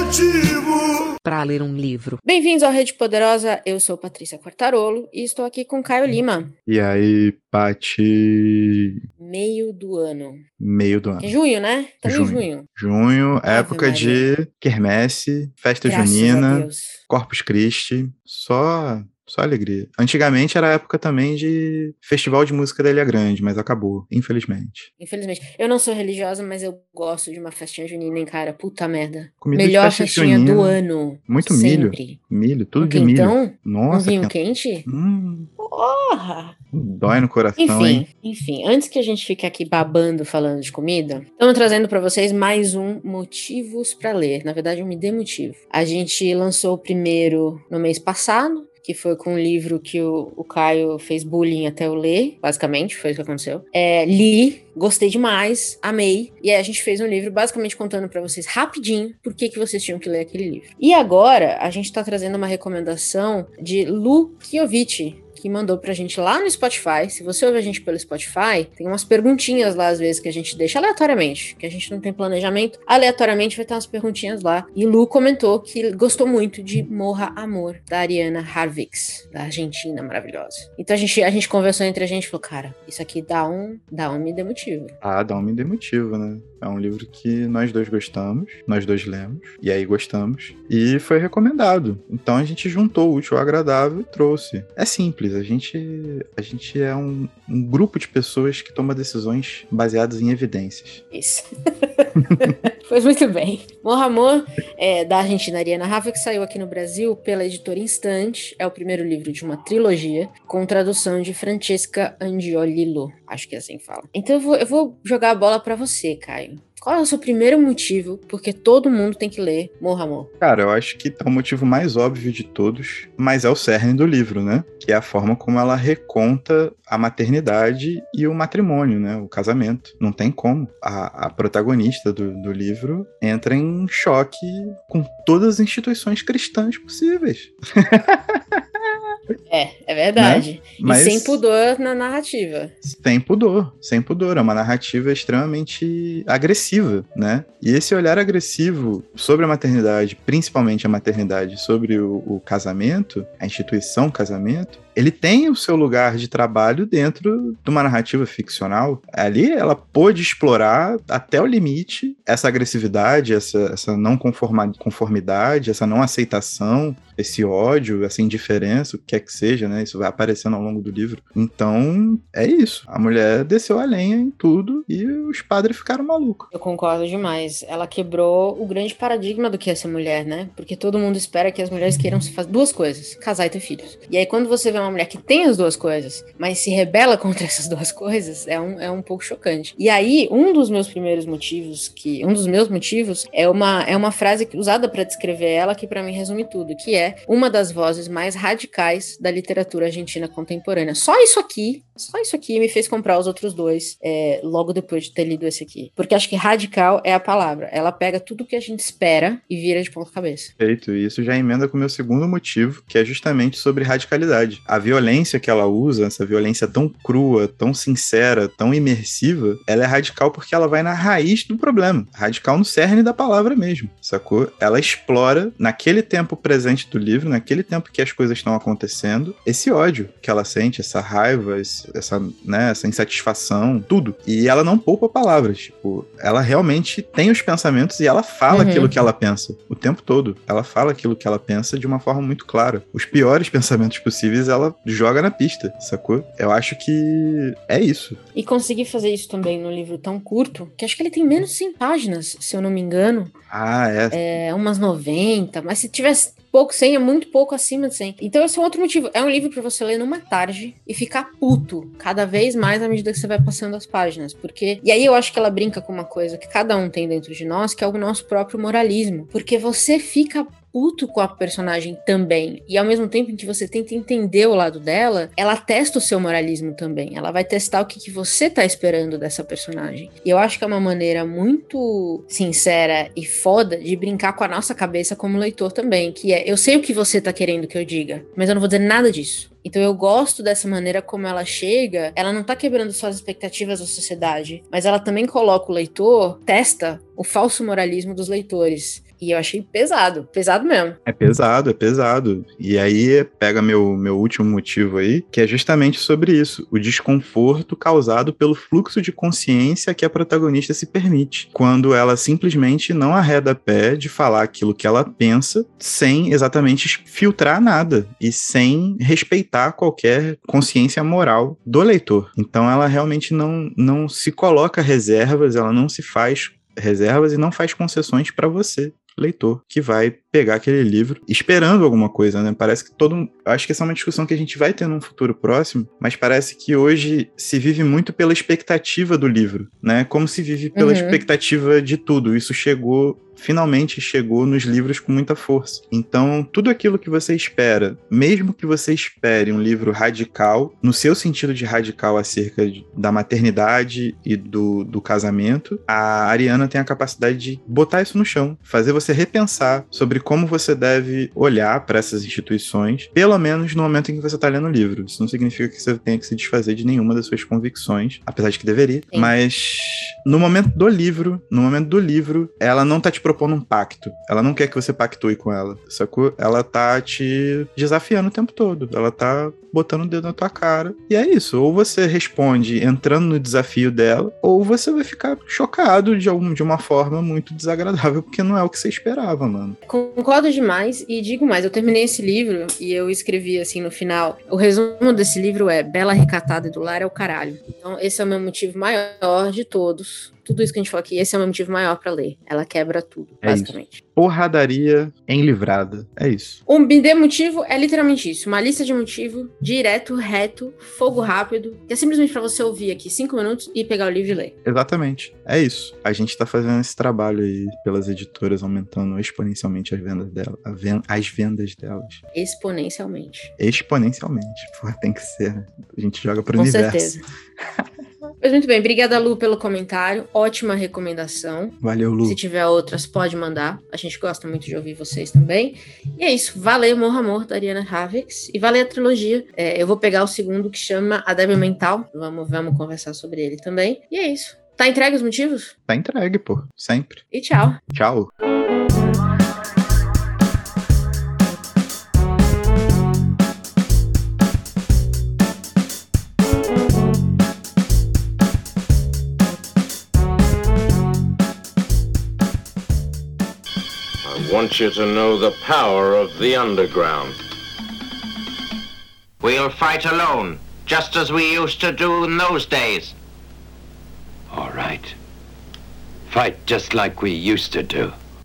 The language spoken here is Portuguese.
Para ler um livro. Bem-vindos ao Rede Poderosa, eu sou Patrícia Quartarolo e estou aqui com Caio Lima. E aí, Pati? Meio do ano. É junho, né? Estamos em junho. Junho, época de quermesse, festa junina, Corpus Christi, só alegria. Antigamente era a época também de festival de música da Ilha Grande, mas acabou, infelizmente. Eu não sou religiosa, mas eu gosto de uma festinha junina, hein, cara? Puta merda. Comida Melhor festinha junina, do ano. Muito sempre. Milho, tudo um de milho. Então, nossa, um vinho quente? Porra! Dói no coração, Enfim, antes que a gente fique aqui babando falando de comida, estamos trazendo pra vocês mais um Motivos pra Ler. Na verdade, Me Dê Motivo. A gente lançou o primeiro no mês passado, que foi com um livro que o Caio fez bullying até eu ler, basicamente, foi isso que aconteceu. Li, gostei demais, amei, e aí a gente fez um livro basicamente contando pra vocês rapidinho por que vocês tinham que ler aquele livro. E agora, a gente tá trazendo uma recomendação de Lu Kiovici, que mandou pra gente lá no Spotify. Se você ouve a gente pelo Spotify, tem umas perguntinhas lá, às vezes, que a gente deixa aleatoriamente, que a gente não tem planejamento. Aleatoriamente vai ter umas perguntinhas lá. E Lu comentou que gostou muito de Morra Amor, da Ariana Harvix, da Argentina, maravilhosa. Então a gente conversou entre a gente e falou, cara, isso aqui dá um Me Dê Motivo. Dá um Me Dê Motivo, né? É um livro que nós dois gostamos, nós dois lemos, e aí gostamos, e foi recomendado. Então a gente juntou o útil ao agradável e trouxe. É simples, a gente é um grupo de pessoas que toma decisões baseadas em evidências. Isso. Foi muito bem. Morra Amor, da Argentina, Ariana Rafa, que saiu aqui no Brasil pela editora Instante. É o primeiro livro de uma trilogia, com tradução de Francesca Angiolillo. Acho que é assim que fala. Então eu vou jogar a bola pra você, Caio. Qual é o seu primeiro motivo porque todo mundo tem que ler Morra Amor? Cara, eu acho que é o motivo mais óbvio de todos, mas é o cerne do livro, né? Que é a forma como ela reconta a maternidade e o matrimônio, né? O casamento. Não tem como. A protagonista do livro entra em choque com todas as instituições cristãs possíveis. É verdade. Né? Mas, e sem pudor na narrativa. Sem pudor. É uma narrativa extremamente agressiva, né? E esse olhar agressivo sobre a maternidade, principalmente a maternidade, sobre o casamento, a instituição casamento, ele tem o seu lugar de trabalho dentro de uma narrativa ficcional. Ali ela pôde explorar até o limite essa agressividade, essa não conformidade, essa não aceitação, esse ódio, essa indiferença, o que quer que seja, né? Isso vai aparecendo ao longo do livro. Então, é isso. A mulher desceu a lenha em tudo e os padres ficaram malucos. Eu concordo demais. Ela quebrou o grande paradigma do que é ser mulher, né? Porque todo mundo espera que as mulheres queiram fazer duas coisas: casar e ter filhos. E aí, quando você vê uma mulher que tem as duas coisas, mas se rebela contra essas duas coisas, é um pouco chocante. E aí, um dos meus motivos é uma frase usada para descrever ela, que para mim resume tudo, que é uma das vozes mais radicais da literatura argentina contemporânea. Só isso aqui me fez comprar os outros dois, logo depois de ter lido esse aqui. Porque acho que radical é a palavra. Ela pega tudo que a gente espera e vira de ponta cabeça. Perfeito. E isso já emenda com o meu segundo motivo, que é justamente sobre radicalidade. A violência que ela usa, essa violência tão crua, tão sincera, tão imersiva, ela é radical porque ela vai na raiz do problema. Radical no cerne da palavra mesmo, sacou? Ela explora, naquele tempo presente do livro, naquele tempo que as coisas estão acontecendo, esse ódio que ela sente, essa raiva, essa insatisfação, tudo. E ela não poupa palavras, tipo, ela realmente tem os pensamentos e ela fala aquilo que ela pensa o tempo todo. Ela fala aquilo que ela pensa de uma forma muito clara. Os piores pensamentos possíveis ela joga na pista, sacou? Eu acho que é isso. E conseguir fazer isso também num livro tão curto, que acho que ele tem menos de 100 páginas, se eu não me engano. Umas 90, mas se tivesse pouco 100, é muito pouco acima de 100. Então esse é um outro motivo. É um livro pra você ler numa tarde e ficar puto cada vez mais à medida que você vai passando as páginas. E aí eu acho que ela brinca com uma coisa que cada um tem dentro de nós, que é o nosso próprio moralismo. Porque você fica puto com a personagem também. E ao mesmo tempo em que você tenta entender o lado dela, ela testa o seu moralismo também. Ela vai testar o que você tá esperando dessa personagem. E eu acho que é uma maneira muito sincera e foda de brincar com a nossa cabeça como leitor também, que é, eu sei o que você tá querendo que eu diga, mas eu não vou dizer nada disso. Então eu gosto dessa maneira como ela chega, ela não tá quebrando só as expectativas da sociedade, mas ela também coloca o leitor, testa o falso moralismo dos leitores. E eu achei pesado mesmo. É pesado. E aí pega meu último motivo aí, que é justamente sobre isso, o desconforto causado pelo fluxo de consciência que a protagonista se permite, quando ela simplesmente não arreda pé de falar aquilo que ela pensa, sem exatamente filtrar nada e sem respeitar qualquer consciência moral do leitor. Então ela realmente não se coloca reservas, ela não se faz reservas e não faz concessões para você, leitor, que vai pegar aquele livro esperando alguma coisa, né? Parece que acho que essa é uma discussão que a gente vai ter num futuro próximo, mas parece que hoje se vive muito pela expectativa do livro, né? Como se vive pela expectativa de tudo. Isso finalmente chegou nos livros com muita força. Então, tudo aquilo que você espera, mesmo que você espere um livro radical, no seu sentido de radical acerca da maternidade e do casamento, a Ariana tem a capacidade de botar isso no chão, fazer você repensar sobre como você deve olhar para essas instituições, pelo menos no momento em que você está lendo o livro. Isso não significa que você tenha que se desfazer de nenhuma das suas convicções, apesar de que deveria, sim. Mas no momento do livro, ela não tá te propondo um pacto. Ela não quer que você pactue com ela, sacou? Ela tá te desafiando o tempo todo. Ela tá botando o dedo na tua cara. E é isso. Ou você responde entrando no desafio dela, ou você vai ficar chocado de uma forma muito desagradável, porque não é o que você esperava, mano. Concordo demais e digo mais. Eu terminei esse livro e eu escrevi assim no final. O resumo desse livro é: Bela, recatada e do lar é o caralho. Então esse é o meu motivo maior de todos. Tudo isso que a gente falou aqui, esse é o meu motivo maior pra ler. Ela quebra tudo, basicamente. Isso. Porradaria em livrada. É isso. Um me dê motivo é literalmente isso. Uma lista de motivo, direto, reto, fogo rápido, que é simplesmente pra você ouvir aqui 5 minutos e pegar o livro e ler. Exatamente. É isso. A gente tá fazendo esse trabalho aí pelas editoras, aumentando exponencialmente as vendas delas. Exponencialmente. Pô, tem que ser, né? A gente joga pro Com universo. Certeza. Pois muito bem, obrigada, Lu, pelo comentário. Ótima recomendação. Valeu, Lu. Se tiver outras, pode mandar. A gente gosta muito de ouvir vocês também. E é isso. Valeu, Morra Amor, da Ariana Havix. E valeu a trilogia. Eu vou pegar o segundo, que chama A Débil Mental. Vamos conversar sobre ele também. E é isso. Tá entregue os motivos? Tá entregue, pô. Sempre. E tchau. Tchau. I want you to know the power of the underground. We'll fight alone, just as we used to do in those days. All right. Fight just like we used to do.